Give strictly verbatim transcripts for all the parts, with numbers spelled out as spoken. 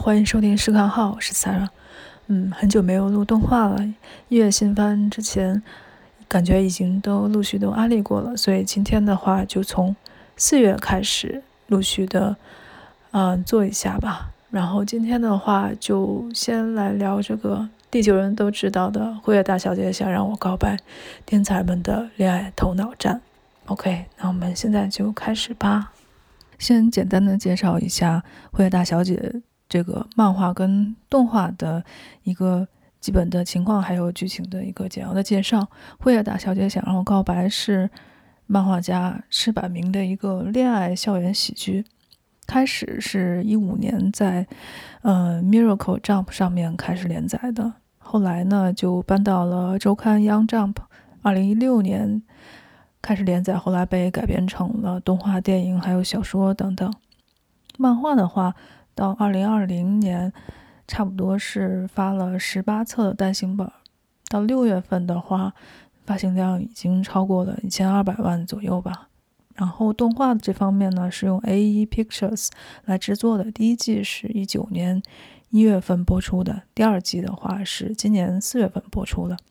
欢迎收听试看号，我是 Sarah。嗯，很久没有录动画了，一月新番之前感觉已经都陆续都安利过了，所以今天的话就从四月开始陆续的嗯、呃、做一下吧。然后今天的话就先来聊这个地球人都知道的辉夜大小姐想让我告白，天才们的恋爱头脑战。OK， 那我们现在就开始吧。先简单的介绍一下辉夜大小姐这个漫画跟动画的一个基本的情况，还有剧情的一个简要的介绍。辉夜大小姐想让我告白是漫画家赤坂明的一个恋爱校园喜剧，开始是一五年在呃 Miracle Jump 上面开始连载的，后来呢就搬到了周刊 Young Jump， 二零一六年开始连载，后来被改编成了动画、电影还有小说等等。漫画的话到二零二零年差不多是发了十八册的单行本，到六月份的话发行量已经超过了一千二百万左右吧。然后动画这方面呢是用 A E Pictures 来制作的，第一季是一九年一月份播出的，第二季的话是今年四月份播出的。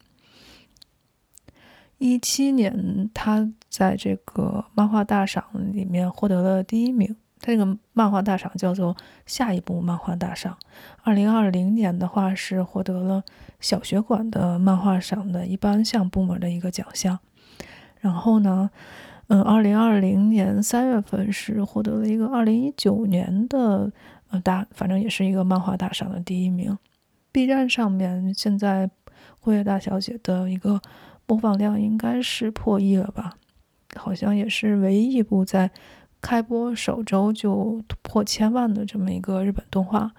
一七年他在这个漫画大赏里面获得了第一名，这个漫画大赏叫做下一部漫画大赏。二零二零年的话是获得了小学馆的漫画赏的一般项部门的一个奖项。然后呢嗯，二零二零年三月份是获得了一个二零一九年的呃大，反正也是一个漫画大赏的第一名。B 站上面现在辉夜大小姐的一个播放量应该是破亿了吧，好像也是唯一一部在开播首周就破千万的这么一个日本动画。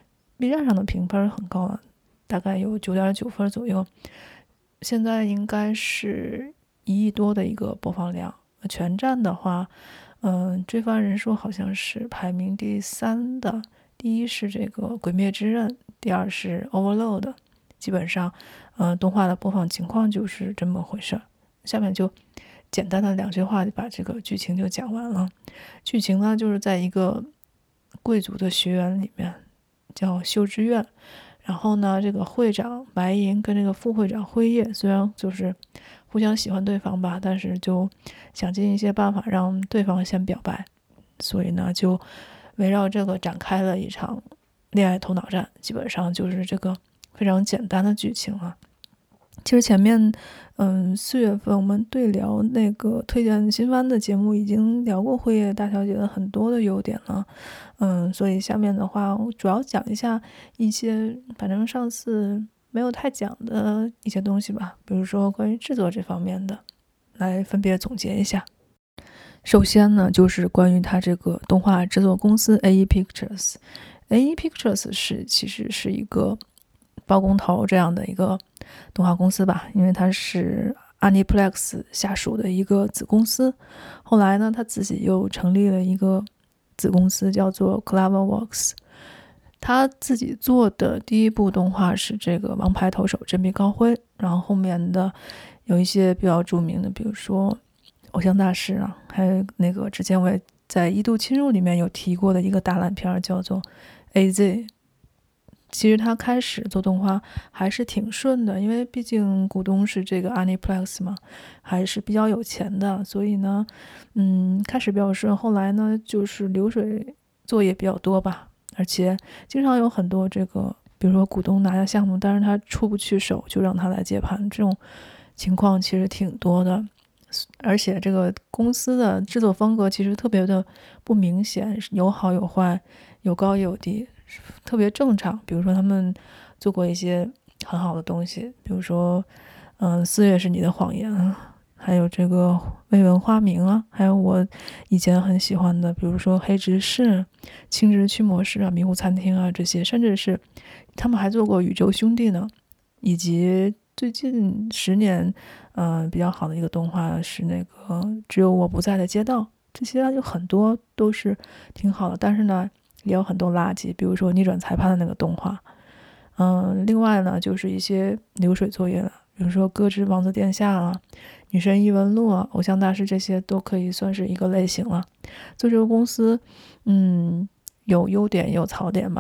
B 站上的评分很高了，大概有 九点九 分左右，现在应该是一亿多的一个播放量。全站的话嗯，追番人数好像是排名第三的，第一是这个鬼灭之刃，第二是 Overload， 基本上嗯，动画的播放情况就是这么回事。下面就简单的两句话把这个剧情就讲完了。剧情呢就是在一个贵族的学院里面叫修之院，然后呢这个会长白银跟这个副会长辉夜虽然就是互相喜欢对方吧，但是就想尽一些办法让对方先表白，所以呢就围绕这个展开了一场恋爱头脑战，基本上就是这个非常简单的剧情啊。其实前面嗯，四月份我们对聊那个推荐新番的节目已经聊过辉夜大小姐的很多的优点了，嗯，所以下面的话我主要讲一下一些反正上次没有太讲的一些东西吧，比如说关于制作这方面的，来分别总结一下。首先呢就是关于它这个动画制作公司 A E Pictures。 A E Pictures 是其实是一个包工头这样的一个动画公司吧，因为它是 Aniplex 下属的一个子公司。后来呢他自己又成立了一个子公司叫做 Cloverworks。 他自己做的第一部动画是这个王牌投手振臂高挥，然后后面的有一些比较著名的，比如说偶像大师啊，还有那个之前我也在一度侵入里面有提过的一个大烂片叫做 A Z。 其实他开始做动画还是挺顺的，因为毕竟股东是这个 Aniplex 嘛，还是比较有钱的，所以呢嗯，开始比较顺，后来呢就是流水作业比较多吧，而且经常有很多这个比如说股东拿下项目，但是他出不去手就让他来接盘，这种情况其实挺多的。而且这个公司的制作风格其实特别的不明显，有好有坏，有高也有低，特别正常。比如说他们做过一些很好的东西，比如说嗯，四月是你的谎言啊，还有这个未闻花名啊，还有我以前很喜欢的比如说黑执事、轻职驱魔师啊、迷糊餐厅啊，这些甚至是他们还做过宇宙兄弟呢，以及最近十年嗯、呃，比较好的一个动画是那个只有我不在的街道，这些有很多都是挺好的，但是呢也有很多垃圾，比如说逆转裁判的那个动画。嗯，另外呢就是一些流水作业了，比如说歌之王子殿下啊、女神异闻录啊、偶像大师，这些都可以算是一个类型了。做这个公司嗯，有优点也有槽点吧。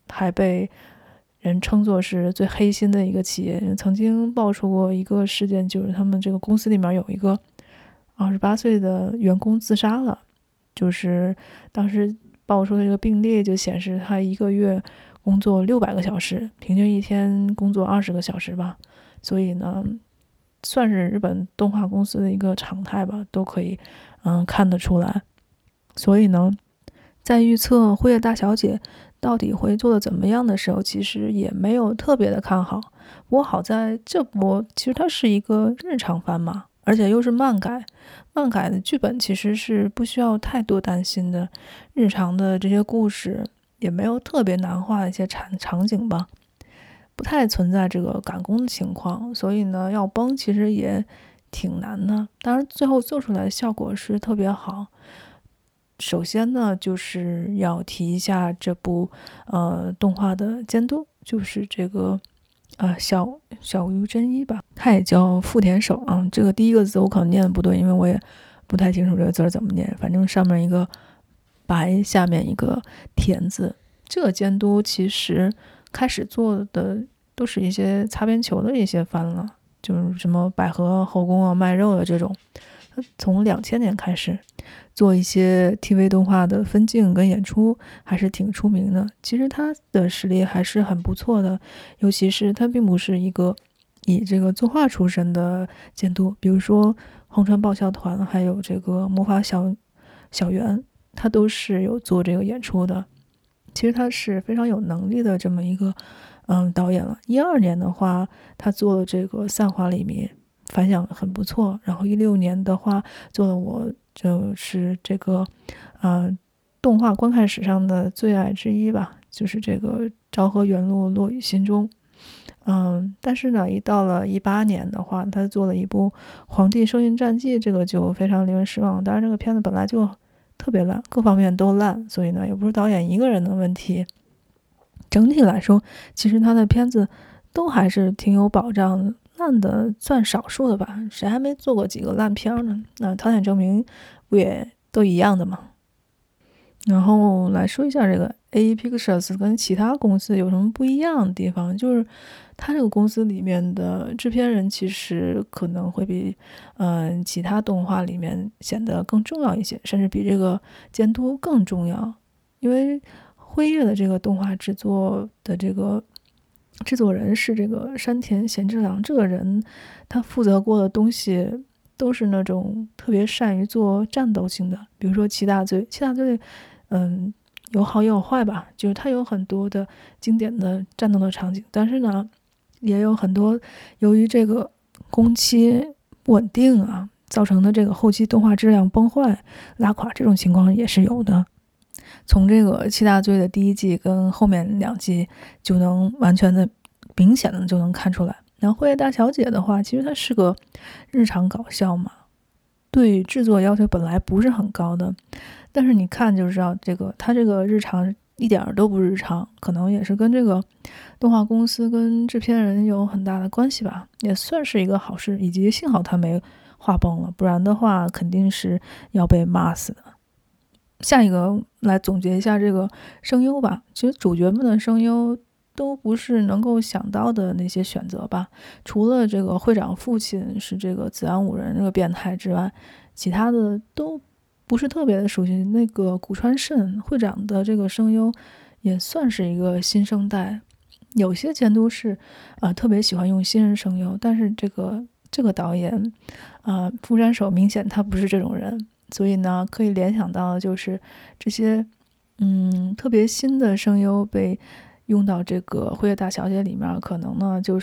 还被人称作是最黑心的一个企业。曾经爆出过一个事件，就是他们这个公司里面有一个二十八岁的员工自杀了，就是当时爆出的这个病例就显示他一个月工作六百个小时，平均一天工作二十个小时吧，所以呢算是日本动画公司的一个常态吧，都可以嗯看得出来。所以呢在预测辉夜大小姐到底会做的怎么样的时候，其实也没有特别的看好。不过好在这部其实它是一个日常番嘛，而且又是漫改，漫改的剧本其实是不需要太多担心的，日常的这些故事也没有特别难画的一些场场景吧，不太存在这个赶工的情况，所以呢要崩其实也挺难的。当然最后做出来的效果是特别好。首先呢就是要提一下这部呃动画的监督，就是这个呃小小鱼真一吧，他也叫富田守啊。这个第一个字我可能念的不对，因为我也不太清楚这个字怎么念，反正上面一个白，下面一个田字。这个监督其实开始做的都是一些擦边球的一些番了，就是什么百合后宫啊、卖肉的这种。从两千年开始做一些 T V 动画的分镜跟演出，还是挺出名的。其实他的实力还是很不错的，尤其是他并不是一个以这个作画出身的监督，比如说荒川爆笑团还有这个魔法小小圆，他都是有做这个演出的。其实他是非常有能力的这么一个嗯导演了。一二年的话，他做了这个散花里面，反响很不错。然后一六年的话，做了我就是这个呃动画观看史上的最爱之一吧，就是这个昭和元禄落雨心中。嗯，但是呢，一到了一八年的话，他做了一部《皇帝圣运战记》，这个就非常令人失望。当然，这个片子本来就特别烂，各方面都烂，所以呢，也不是导演一个人的问题。整体来说，其实他的片子都还是挺有保障的，烂的算少数的吧。谁还没做过几个烂片呢？那《唐显证明》不也都一样的吗？然后来说一下这个 A E Pictures 跟其他公司有什么不一样的地方，就是它这个公司里面的制片人其实可能会比嗯、呃、其他动画里面显得更重要一些，甚至比这个监督更重要。因为辉夜的这个动画制作的这个制作人是这个山田贤治郎，这个人他负责过的东西都是那种特别善于做战斗性的，比如说七大罪，七大罪嗯，有好也有坏吧，就是它有很多的经典的战斗的场景，但是呢，也有很多由于这个工期不稳定啊，造成的这个后期动画质量崩坏、拉垮这种情况也是有的。从这个七大罪的第一季跟后面两季就能完全的、明显的就能看出来。然后《辉夜大小姐》的话，其实它是个日常搞笑嘛，对制作要求本来不是很高的。但是你看就知道，这个它这个日常一点都不日常，可能也是跟这个动画公司跟制片人有很大的关系吧，也算是一个好事。以及幸好他没画崩了，不然的话肯定是要被骂死的。下一个来总结一下这个声优吧，其实主角们的声优都不是能够想到的那些选择吧，除了这个会长父亲是这个子安五人这个变态之外，其他的都不是特别的熟悉。那个古川慎会长的这个声优也算是一个新生代，有些监督是呃特别喜欢用新人声优，但是这个这个导演呃富山守明显他不是这种人，所以呢可以联想到的就是这些嗯特别新的声优被用到这个辉夜大小姐里面，可能呢就是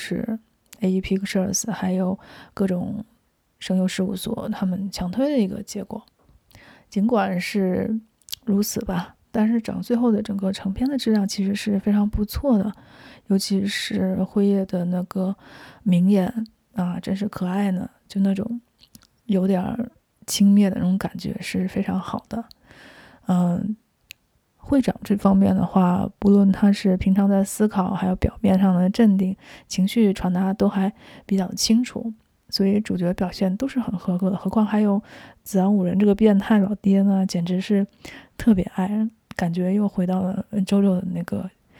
A E Pictures 还有各种声优事务所他们强推的一个结果。尽管是如此吧，但是整最后的整个成片的质量其实是非常不错的，尤其是辉夜的那个明眼啊，真是可爱呢，就那种有点轻蔑的那种感觉是非常好的。嗯，会长这方面的话，不论他是平常在思考，还有表面上的镇定，情绪传达都还比较清楚。所以主角表现都是很合格的，何况还有子安五人这个变态老爹呢，简直是特别爱人，感觉又回到了周周的那个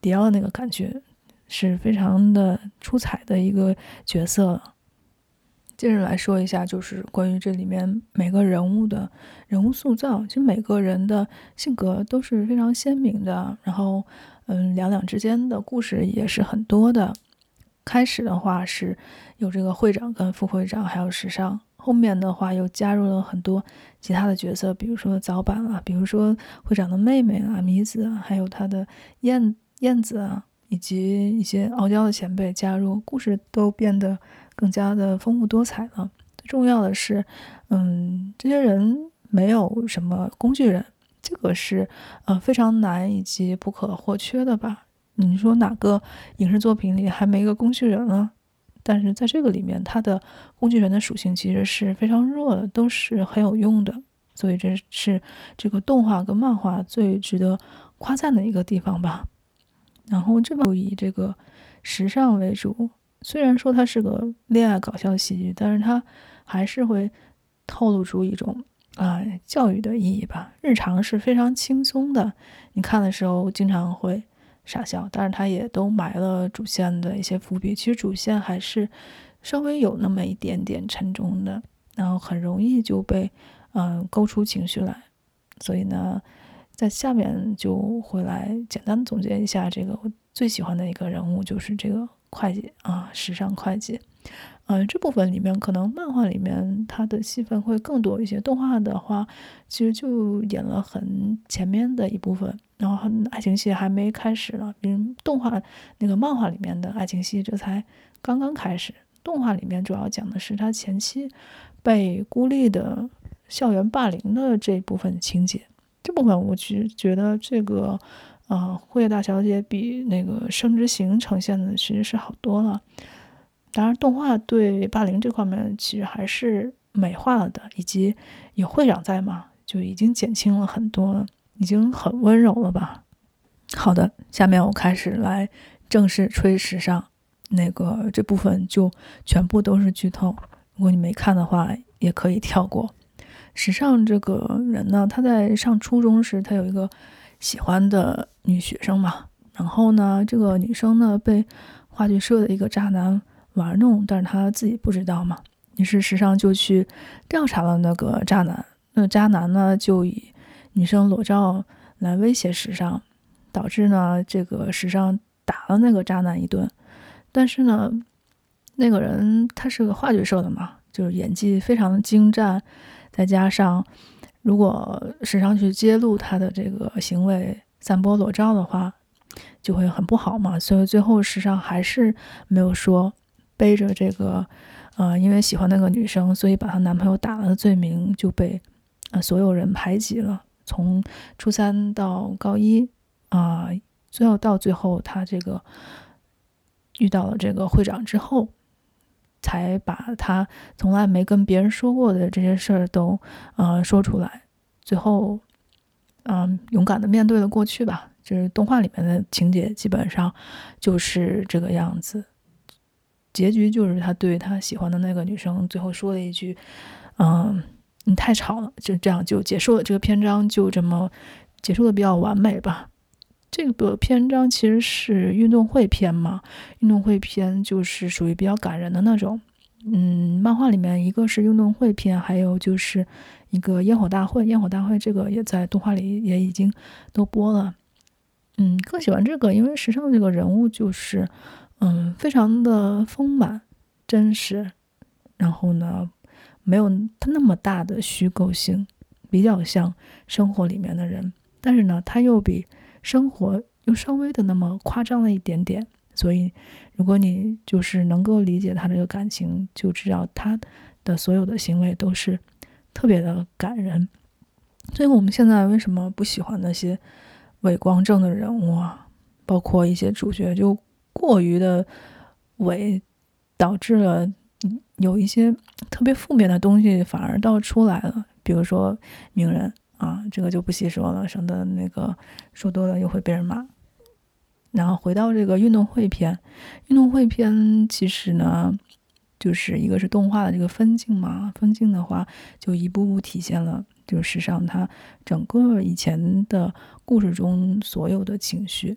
迪奥那个感觉，是非常的出彩的一个角色了。接着来说一下，就是关于这里面每个人物的人物塑造。其实每个人的性格都是非常鲜明的，然后嗯，两两之间的故事也是很多的。开始的话是有这个会长跟副会长还有时尚，后面的话又加入了很多其他的角色，比如说早坂啊，比如说会长的妹妹啊米子啊，还有他的燕燕子啊，以及一些傲娇的前辈加入，故事都变得更加的丰富多彩了。最重要的是嗯，这些人没有什么工具人，这个是呃非常难以及不可或缺的吧。你说哪个影视作品里还没个工具人呢？但是在这个里面，它的工具人的属性其实是非常弱的，都是很有用的，所以这是这个动画跟漫画最值得夸赞的一个地方吧。然后这部以这个时尚为主，虽然说它是个恋爱搞笑喜剧，但是它还是会透露出一种啊、呃、教育的意义吧。日常是非常轻松的，你看的时候经常会傻笑，但是它也都埋了主线的一些伏笔。其实主线还是稍微有那么一点点沉重的，然后很容易就被嗯、呃、勾出情绪来。所以呢，在下面就会来简单总结一下这个我最喜欢的一个人物，就是这个会计啊，时尚会计。呃，这部分里面可能漫画里面它的戏份会更多一些，动画的话其实就演了很前面的一部分，然后爱情戏还没开始呢。比如动画那个漫画里面的爱情戏这才刚刚开始，动画里面主要讲的是他前期被孤立的校园霸凌的这部分情节。这部分我其实觉得这个呃，辉夜大小姐比那个生之行呈现的其实是好多了。当然动画对霸凌这方面其实还是美化了的，以及有会长在嘛，就已经减轻了很多了，已经很温柔了吧。好的，下面我开始来正式吹时尚，那个这部分就全部都是剧透，如果你没看的话也可以跳过。时尚这个人呢，他在上初中时他有一个喜欢的女学生嘛，然后呢这个女生呢被话剧社的一个渣男玩弄，但是他自己不知道嘛，于是时尚就去调查了那个渣男。那渣男呢就以女生裸照来威胁时尚，导致呢这个时尚打了那个渣男一顿。但是呢那个人他是个话剧社的嘛，就是演技非常的精湛，再加上如果时尚去揭露他的这个行为，散播裸照的话就会很不好嘛，所以最后时尚还是没有说背着这个呃，因为喜欢那个女生，所以把她男朋友打了的罪名就被呃所有人排挤了。从初三到高一啊、呃，最后到最后她这个遇到了这个会长之后，才把她从来没跟别人说过的这些事儿都呃说出来，最后嗯、呃、勇敢的面对了过去吧。就是动画里面的情节基本上就是这个样子，结局就是他对他喜欢的那个女生最后说了一句嗯，你太吵了，就这样就结束了，这个篇章就这么结束的比较完美吧。这个篇章其实是运动会篇嘛，运动会篇就是属于比较感人的那种。嗯，漫画里面一个是运动会篇，还有就是一个烟火大会，烟火大会这个也在动画里也已经都播了。嗯，更喜欢这个，因为时尚这个人物就是嗯非常的丰满真实，然后呢没有他那么大的虚构性，比较像生活里面的人，但是呢他又比生活又稍微的那么夸张了一点点，所以如果你就是能够理解他这个感情，就知道他的所有的行为都是特别的感人。所以我们现在为什么不喜欢那些伪光正的人物啊，包括一些主角就过于的伪，导致了有一些特别负面的东西反而倒出来了，比如说鸣人啊，这个就不细说了，省得那个说多了又会被人骂。然后回到这个运动会篇，运动会篇其实呢就是一个是动画的这个分镜嘛，分镜的话就一步步体现了就是时尚它整个以前的故事中所有的情绪，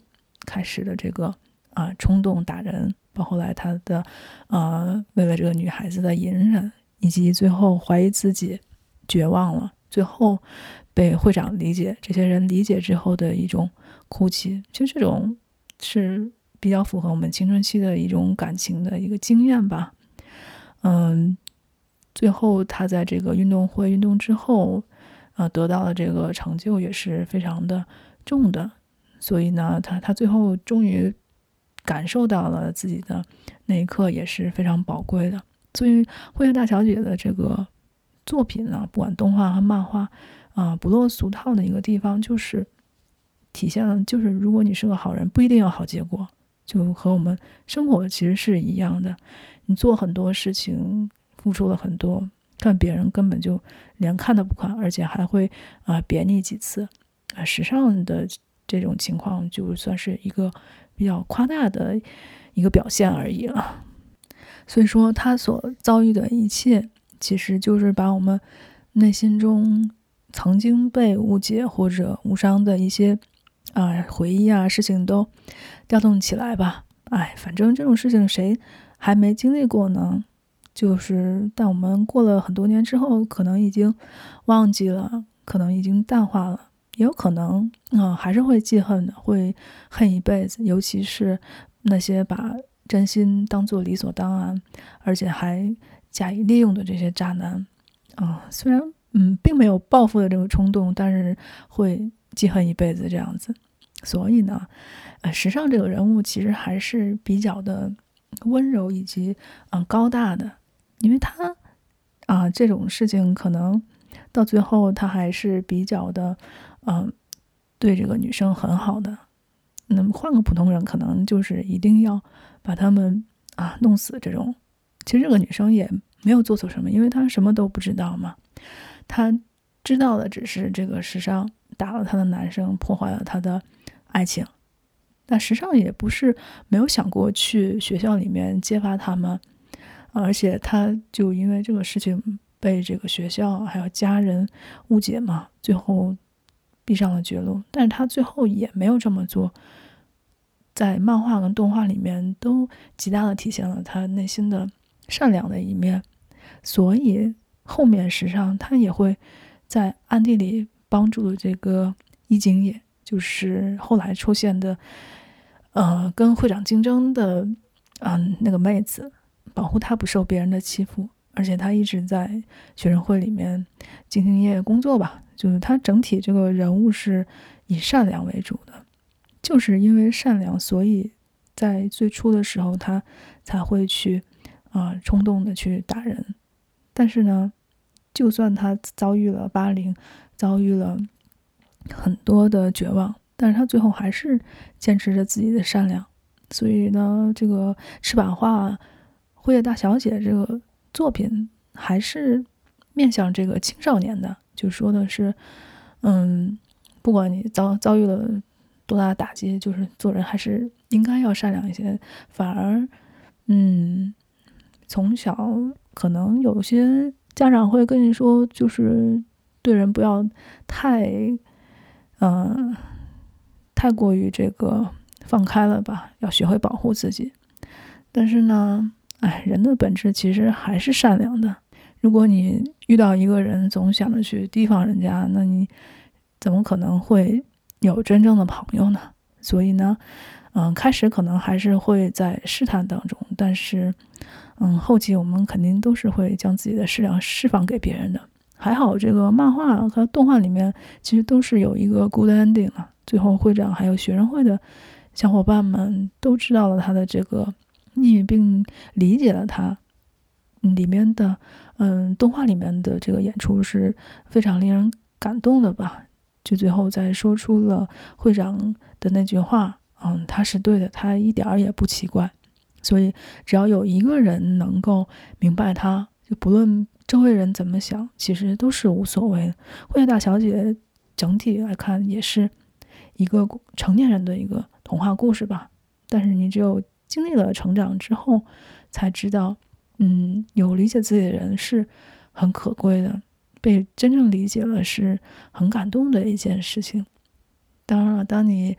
开始的这个啊、呃、冲动打人，包括后来他的呃为了这个女孩子的隐忍，以及最后怀疑自己绝望了，最后被会长理解，这些人理解之后的一种哭泣，其实这种是比较符合我们青春期的一种感情的一个经验吧。嗯，最后他在这个运动会运动之后呃，得到的这个成就也是非常的重的，所以呢他他最后终于感受到了自己的那一刻也是非常宝贵的。所以辉夜大小姐的这个作品呢，不管动画和漫画啊、呃，不落俗套的一个地方就是体现了，就是如果你是个好人不一定有好结果，就和我们生活其实是一样的，你做很多事情付出了很多，但别人根本就连看都不看，而且还会啊、呃、贬你几次啊、呃，时尚的这种情况就算是一个比较夸大的一个表现而已了。所以说他所遭遇的一切其实就是把我们内心中曾经被误解或者误伤的一些啊回忆啊事情都调动起来吧。哎，反正这种事情谁还没经历过呢？就是但我们过了很多年之后可能已经忘记了，可能已经淡化了，也有可能啊、呃、还是会记恨的，会恨一辈子，尤其是那些把真心当作理所当然而且还加以利用的这些渣男啊、呃，虽然嗯并没有报复的这个冲动，但是会记恨一辈子这样子。所以呢呃，时尚这个人物其实还是比较的温柔以及嗯、呃、高大的，因为他啊、呃、这种事情可能到最后他还是比较的嗯、呃、对这个女生很好的。那么换个普通人可能就是一定要把他们啊弄死这种。其实这个女生也没有做错什么，因为她什么都不知道嘛，她知道的只是这个时尚打了她的男生，破坏了她的爱情。但时尚也不是没有想过去学校里面揭发他们，而且他就因为这个事情被这个学校还有家人误解嘛，最后闭上了绝路。但是他最后也没有这么做，在漫画跟动画里面都极大的体现了他内心的善良的一面，所以后面实际上他也会在暗地里帮助了这个伊井野，就是后来出现的呃，跟会长竞争的嗯、呃、那个妹子，保护他不受别人的欺负，而且他一直在学生会里面兢兢业业工作吧，就是他整体这个人物是以善良为主的，就是因为善良，所以在最初的时候他才会去啊、呃、冲动的去打人。但是呢，就算他遭遇了霸凌，遭遇了很多的绝望，但是他最后还是坚持着自己的善良。所以呢，这个赤坂画辉夜大小姐这个作品还是面向这个青少年的，就说的是嗯，不管你遭遭遇了多大的打击，就是做人还是应该要善良一些。反而嗯，从小可能有些家长会跟你说，就是对人不要太嗯、呃，太过于这个放开了吧，要学会保护自己。但是呢，哎，人的本质其实还是善良的。如果你遇到一个人总想着去提防人家，那你怎么可能会有真正的朋友呢？所以呢，嗯，开始可能还是会在试探当中，但是，嗯，后期我们肯定都是会将自己的善良释放给别人的。还好，这个漫画和动画里面其实都是有一个 good ending 啊。最后会长还有学生会的小伙伴们都知道了他的这个秘密，并理解了他。里面的，嗯，动画里面的这个演出是非常令人感动的吧？就最后再说出了会长的那句话，嗯，他是对的，他一点儿也不奇怪。所以只要有一个人能够明白他，就不论周围人怎么想，其实都是无所谓的。辉夜大小姐整体来看也是一个成年人的一个童话故事吧，但是你只有经历了成长之后才知道，嗯，有理解自己的人是很可贵的，被真正理解了是很感动的一件事情。当然了，当你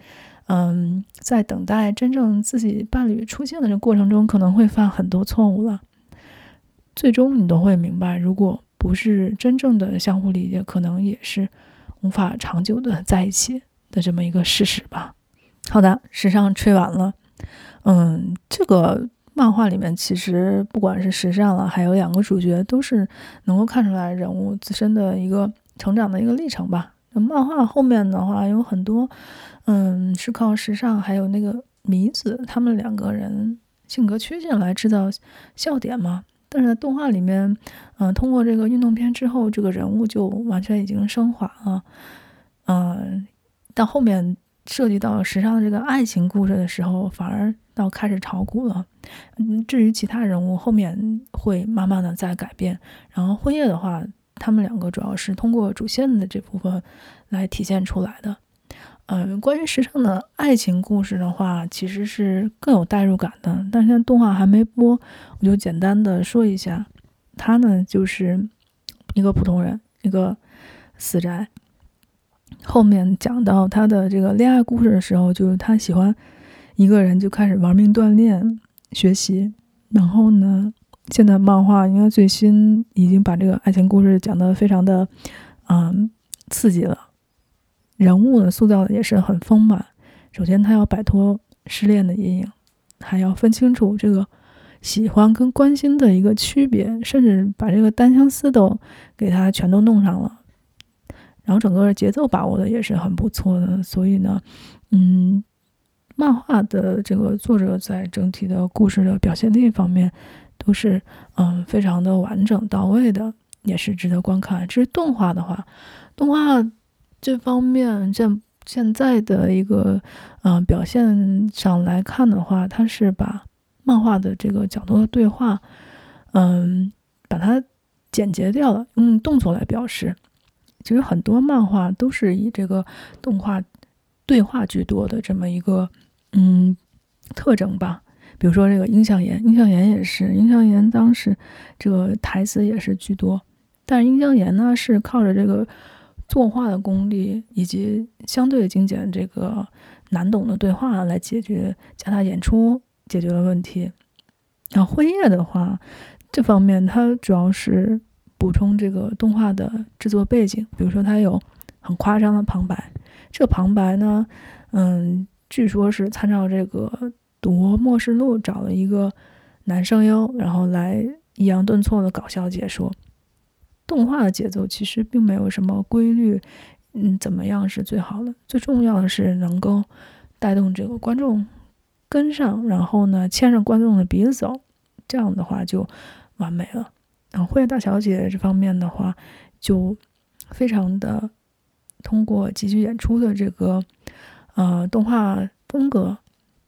嗯，在等待真正自己伴侣出现的这个过程中，可能会犯很多错误了。最终你都会明白，如果不是真正的相互理解，可能也是无法长久的在一起的这么一个事实吧。好的，时尚吹完了。嗯，这个漫画里面其实不管是时尚了，还有两个主角都是能够看出来人物自身的一个成长的一个历程吧。漫画后面的话有很多，嗯，是靠时尚还有那个米子他们两个人性格缺陷来制造笑点嘛。但是在动画里面，嗯、呃，通过这个运动片之后，这个人物就完全已经升华了。嗯、呃，到后面涉及到时尚的这个爱情故事的时候，反而到开始炒股了。嗯，至于其他人物后面会慢慢的在改变。然后辉夜的话，他们两个主要是通过主线的这部分来体现出来的。嗯、呃，关于时尚的爱情故事的话，其实是更有代入感的。但现在动画还没播，我就简单的说一下。他呢，就是一个普通人，一个死宅。后面讲到他的这个恋爱故事的时候，就是他喜欢一个人就开始玩命锻炼学习。然后呢，现在漫画应该最新已经把这个爱情故事讲得非常的嗯刺激了。人物呢塑造的也是很丰满。首先他要摆脱失恋的阴影，还要分清楚这个喜欢跟关心的一个区别，甚至把这个单相思都给他全都弄上了。然后整个节奏把握的也是很不错的。所以呢，嗯，漫画的这个作者在整体的故事的表现力方面都是嗯非常的完整到位的，也是值得观看。至于动画的话，动画这方面现现在的一个呃表现上来看的话，它是把漫画的这个角度的对话，嗯，把它简洁掉了，用动作来表示。其实很多漫画都是以这个动画对话居多的这么一个嗯特征吧。比如说这个樱象岩，樱象岩也是，樱象岩当时这个台词也是居多。但是樱象岩呢是靠着这个作画的功力以及相对精简这个难懂的对话来解决，加大演出解决了问题。然后辉夜的话，这方面它主要是补充这个动画的制作背景，比如说它有很夸张的旁白。这个旁白呢，嗯，据说是参照这个《读末世录》找了一个男声优，然后来抑扬顿挫的搞笑解说。动画的节奏其实并没有什么规律，嗯，怎么样是最好的？最重要的是能够带动这个观众跟上，然后呢牵着观众的鼻子走，这样的话就完美了。然后辉夜大小姐这方面的话，就非常的通过极具演出的这个呃动画风格，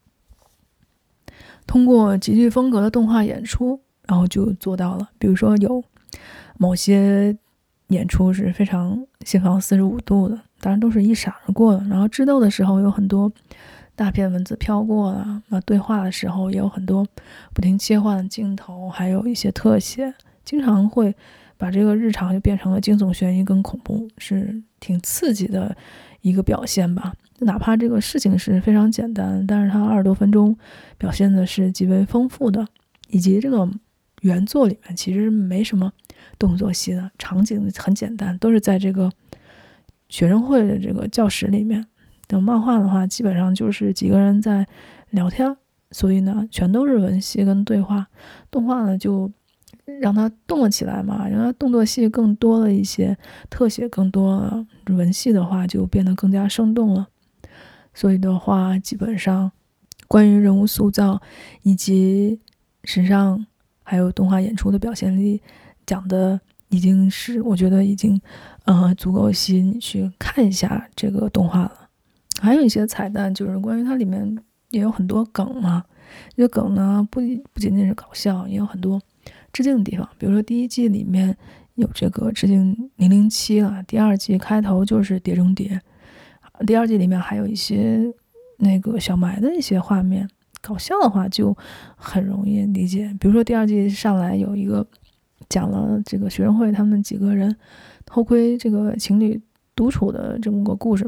通过极具风格的动画演出，然后就做到了。比如说有某些演出是非常心房四十五度的，当然都是一闪而过的。然后智斗的时候有很多大片文字飘过了，那对话的时候也有很多不停切换的镜头，还有一些特写，经常会把这个日常就变成了惊悚悬疑跟恐怖，是挺刺激的一个表现吧。哪怕这个事情是非常简单，但是它二十多分钟表现的是极为丰富的，以及这个原作里面其实没什么动作戏的，场景很简单，都是在这个学生会的这个教室里面。等漫画的话基本上就是几个人在聊天，所以呢全都是文戏跟对话。动画呢就让它动了起来嘛，让它动作戏更多了一些，特写更多了，文戏的话就变得更加生动了。所以的话基本上关于人物塑造以及时尚还有动画演出的表现力讲的已经是我觉得已经呃足够吸引你去看一下这个动画了。还有一些彩蛋，就是关于它里面也有很多梗嘛，这个梗呢不不仅仅是搞笑，也有很多致敬的地方。比如说第一季里面有这个致敬零零七了，第二季开头就是碟中谍，第二季里面还有一些那个小埋的一些画面。搞笑的话就很容易理解，比如说第二季上来有一个讲了这个学生会他们几个人偷窥这个情侣独处的这么个故事吧，然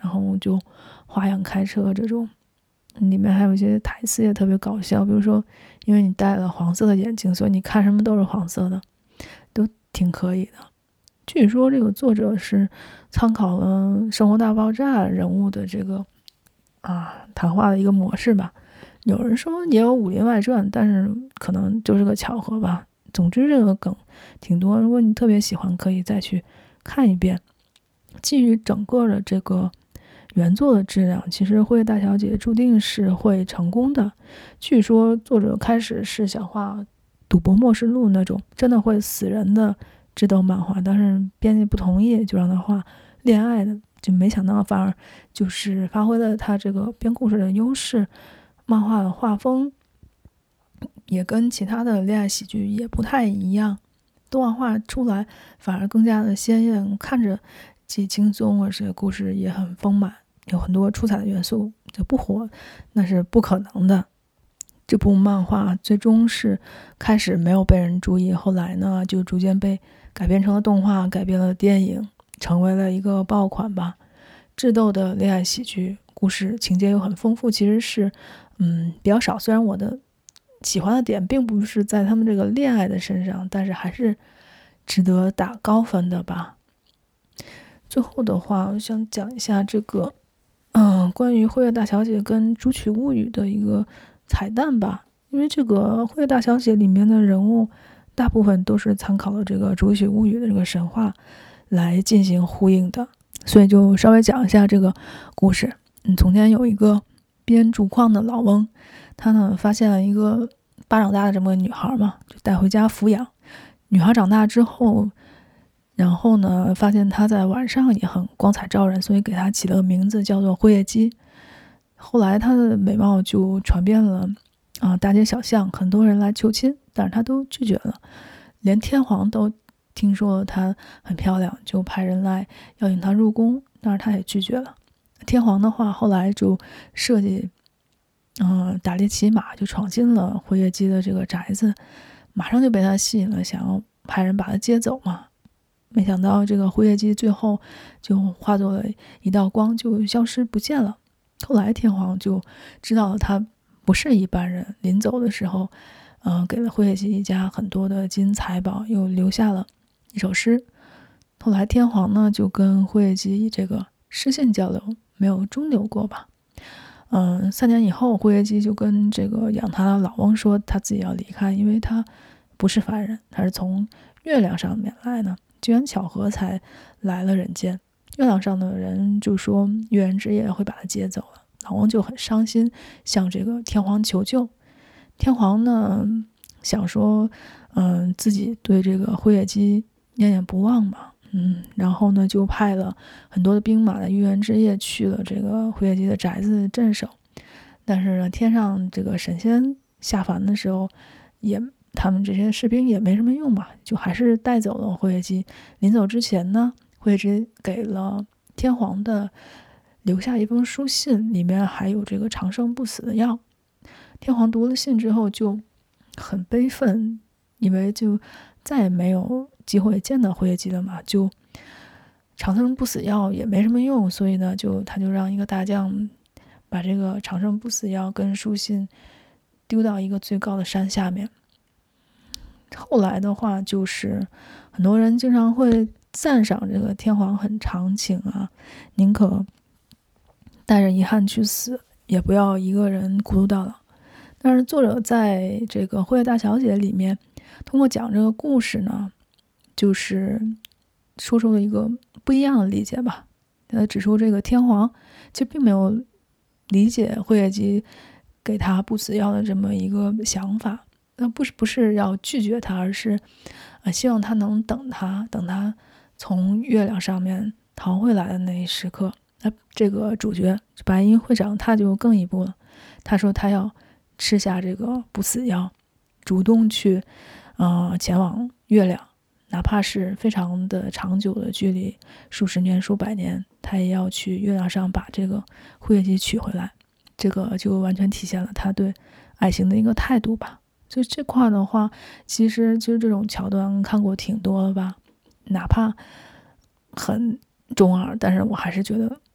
然后就花样开车这种。里面还有一些台词也特别搞笑，比如说因为你戴了黄色的眼镜，所以你看什么都是黄色的，都挺可以的。据说这个作者是参考了《生活大爆炸》人物的这个啊谈话的一个模式吧。有人说也有《武林外传》，但是可能就是个巧合吧。总之这个梗挺多，如果你特别喜欢，可以再去看一遍。基于整个的这个原作的质量，其实《辉夜大小姐》注定是会成功的。据说作者开始是想画《赌博默示录》那种真的会死人的智斗漫画，但是编辑不同意，就让他画恋爱的，就没想到反而就是发挥了他这个编故事的优势。漫画的画风也跟其他的恋爱喜剧也不太一样，动画画出来反而更加的鲜艳，看着既轻松，而且故事也很丰满，有很多出彩的元素，就不火那是不可能的。这部漫画最终是开始没有被人注意，后来呢就逐渐被改编成了动画，改编了电影，成为了一个爆款吧。智斗的恋爱喜剧故事情节又很丰富，其实是嗯比较少，虽然我的喜欢的点并不是在他们这个恋爱的身上，但是还是值得打高分的吧。最后的话，我想讲一下这个嗯关于《辉夜大小姐》跟《竹取物语》的一个彩蛋吧。因为这个《辉夜大小姐》里面的人物大部分都是参考了这个《竹取物语》的这个神话来进行呼应的，所以就稍微讲一下这个故事。嗯，从前有一个编竹矿的老翁，他呢发现了一个巴掌大的这么个女孩嘛，就带回家抚养。女孩长大之后，然后呢发现她在晚上也很光彩照人，所以给她起了个名字叫做辉夜姬。后来她的美貌就传遍了啊、呃、大街小巷，很多人来求亲，但是她都拒绝了。连天皇都听说了她很漂亮，就派人来邀请她入宫，但是她也拒绝了。天皇的话后来就设计嗯、呃，打猎骑马就闯进了辉夜姬的这个宅子，马上就被他吸引了，想要派人把他接走嘛。没想到这个辉夜姬最后就化作了一道光，就消失不见了。后来天皇就知道了他不是一般人，临走的时候嗯、呃，给了辉夜姬一家很多的金财宝，又留下了一首诗。后来天皇呢就跟辉夜姬这个诗信交流，没有终留过吧。嗯，三年以后，辉夜姬就跟这个养他的老翁说，他自己要离开，因为他不是凡人，他是从月亮上面来的，机缘巧合才来了人间。月亮上的人就说月圆之夜会把他接走了，老翁就很伤心，向这个天皇求救。天皇呢想说，嗯，自己对这个辉夜姬念念不忘嘛。嗯，然后呢，就派了很多的兵马在月圆之夜去了这个辉夜姬的宅子镇守。但是呢，天上这个神仙下凡的时候，也他们这些士兵也没什么用嘛，就还是带走了辉夜姬。临走之前呢，辉夜姬给了天皇的留下一封书信，里面还有这个长生不死的药。天皇读了信之后就很悲愤，因为就再也没有机会见到辉夜姬了嘛，就长生不死药也没什么用，所以呢，就他就让一个大将把这个长生不死药跟书信丢到一个最高的山下面。后来的话，就是很多人经常会赞赏这个天皇很长情啊，宁可带着遗憾去死，也不要一个人孤独到老。但是作者在这个《辉夜大小姐》里面，通过讲这个故事呢，就是说出了一个不一样的理解吧。他指出这个天皇其实并没有理解辉夜姬给他不死药的这么一个想法，那不是不是要拒绝他，而是呃希望他能等他，等他从月亮上面逃回来的那一时刻。那这个主角白银会长他就更一步了，他说他要吃下这个不死药，主动去呃前往月亮，哪怕是非常的长久的距离，数十年数百年，他也要去月亮上把这个辉夜姬取回来。这个就完全体现了他对爱情的一个态度吧。所以这块的话，其实其实这种桥段看过挺多了吧，哪怕很中二，但是我还是觉得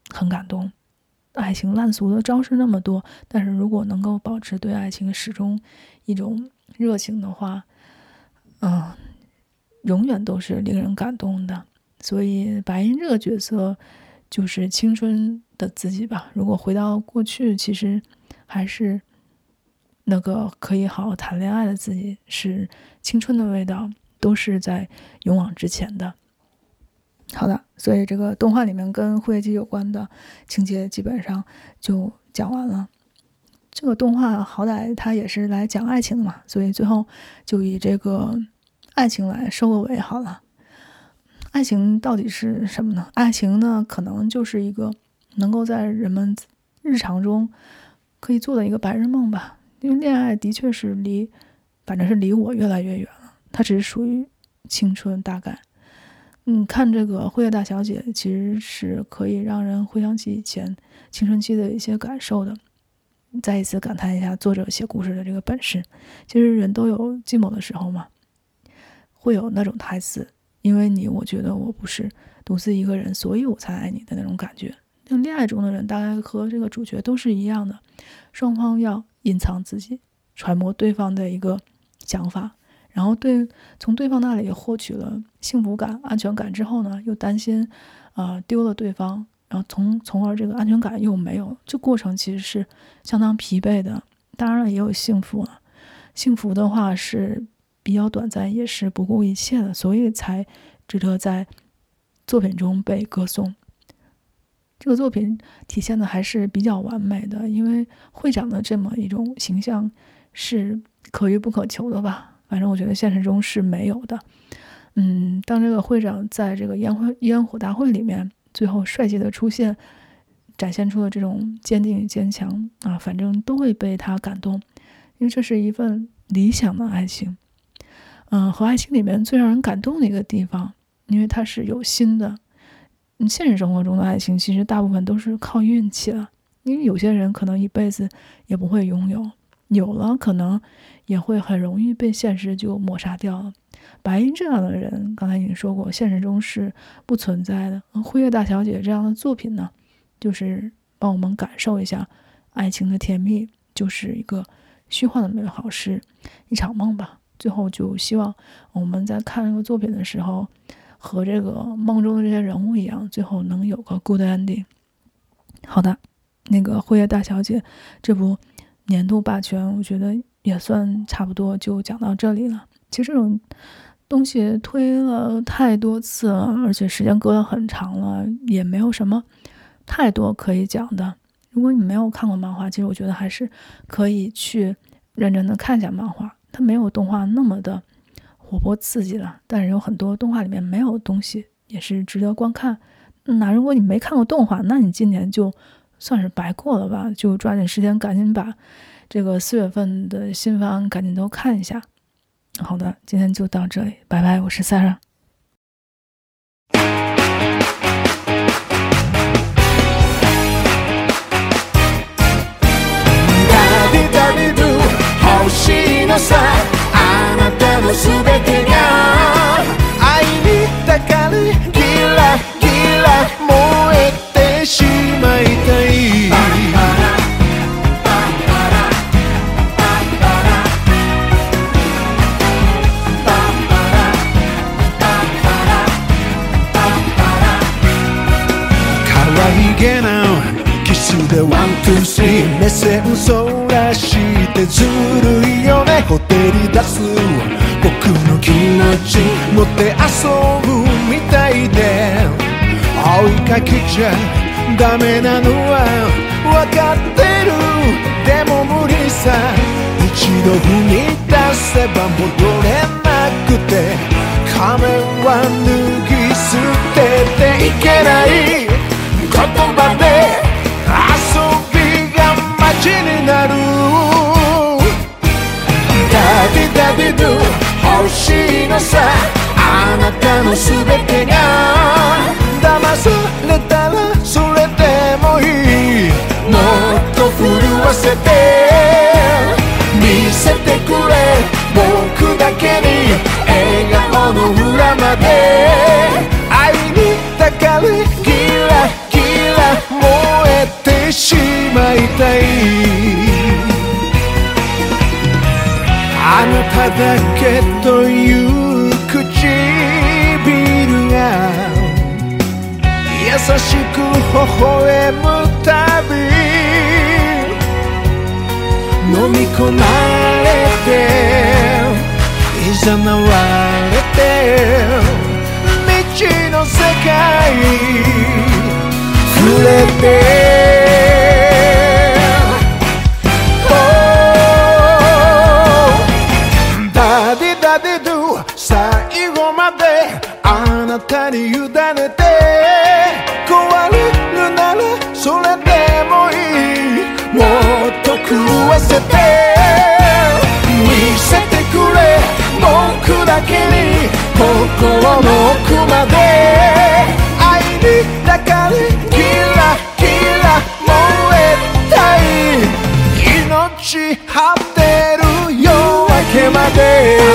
很感动。爱情烂俗的招式那么多，但是如果能够保持对爱情始终一种热情的话，嗯，永远都是令人感动的。所以白银这个角色就是青春的自己吧。如果回到过去，其实还是那个可以好好谈恋爱的自己，是青春的味道，都是在勇往直前的。好的，所以这个动画里面跟《辉夜姬》有关的情节基本上就讲完了。这个动画好歹它也是来讲爱情的嘛，所以最后就以这个爱情来收个尾好了。爱情到底是什么呢？爱情呢，可能就是一个能够在人们日常中可以做的一个白日梦吧。因为恋爱的确是离，反正是离我越来越远了，它只是属于青春大概。嗯，看这个《辉夜大小姐》其实是可以让人回想起以前青春期的一些感受的，再一次感叹一下作者写故事的这个本事。其实人都有寂寞的时候嘛，会有那种台词，因为你我觉得我不是独自一个人，所以我才爱你的那种感觉。那恋爱中的人大概和这个主角都是一样的，双方要隐藏自己，揣摩对方的一个想法，然后对从对方那里获取了幸福感、安全感之后呢，又担心啊、呃、丢了对方，然后从从而这个安全感又没有，这过程其实是相当疲惫的。当然了，也有幸福了，幸福的话是比较短暂，也是不顾一切的，所以才值得在作品中被歌颂。这个作品体现的还是比较完美的，因为会长的这么一种形象是可遇不可求的吧。反正我觉得现实中是没有的。嗯，当这个会长在这个烟火烟火大会里面最后帅气的出现，展现出了这种坚定与坚强啊，反正都会被他感动，因为这是一份理想的爱情。嗯，和爱情里面最让人感动的一个地方，因为它是有心的。嗯，现实生活中的爱情其实大部分都是靠运气了，因为有些人可能一辈子也不会拥有，有了可能也会很容易被现实就抹杀掉了。白银这样的人，刚才已经说过，现实中是不存在的。辉夜大小姐这样的作品呢，就是帮我们感受一下爱情的甜蜜，就是一个虚幻的美好，是一场梦吧。最后就希望我们在看这个作品的时候，和这个梦中的这些人物一样，最后能有个 good ending。 好的，那个辉夜大小姐这部年度霸权我觉得也算差不多就讲到这里了。其实这种东西推了太多次了，而且时间隔得很长了，也没有什么太多可以讲的。如果你没有看过漫画，其实我觉得还是可以去认真的看一下漫画，它没有动画那么的活泼刺激了，但是有很多动画里面没有东西也是值得观看。那如果你没看过动画，那你今年就算是白过了吧，就抓紧时间赶紧把这个四月份的新番赶紧都看一下。好的，今天就到这里，拜拜，我是 Sarah。 星のさあなたのすべてが愛にたかるギラギラ燃えてしまいたい可愛げなキスでワンツースリー目線そらしてずるいよねほてり出す僕の気持ち持って遊ぶみたいで追いかけちゃダメなのは分かってるでも無理さ一度踏み出せば戻れなくて仮面は脱ぎ捨てていけない言葉で遊びが街になるダディダディドゥ欲しいのさあなたのすべてが騙されたらそれでもいいもっと震わせて見せてくれ僕だけに笑顔の裏まで愛にたかるギラギラあなただけという唇が優しく微笑むたび飲み込まれていざなわれて未知の世界触れて最後まであなたに委ねて壊れるならそれでもいいもっと食わせて見せてくれ僕だけに心の奥まで愛に抱かれキラキラ燃えたい命張ってる夜明けまで